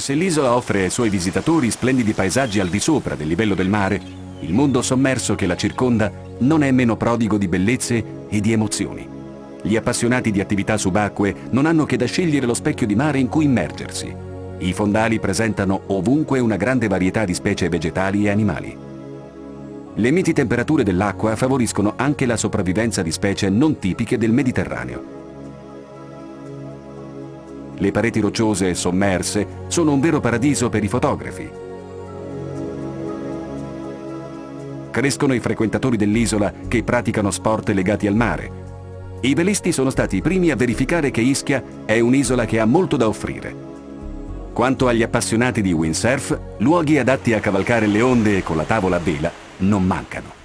Se l'isola offre ai suoi visitatori splendidi paesaggi al di sopra del livello del mare, il mondo sommerso che la circonda non è meno prodigo di bellezze e di emozioni. Gli appassionati di attività subacquee non hanno che da scegliere lo specchio di mare in cui immergersi. I fondali presentano ovunque una grande varietà di specie vegetali e animali. Le miti temperature dell'acqua favoriscono anche la sopravvivenza di specie non tipiche del Mediterraneo. Le pareti rocciose sommerse sono un vero paradiso per i fotografi. Crescono i frequentatori dell'isola che praticano sport legati al mare. I velisti sono stati i primi a verificare che Ischia è un'isola che ha molto da offrire. Quanto agli appassionati di windsurf, luoghi adatti a cavalcare le onde con la tavola a vela non mancano.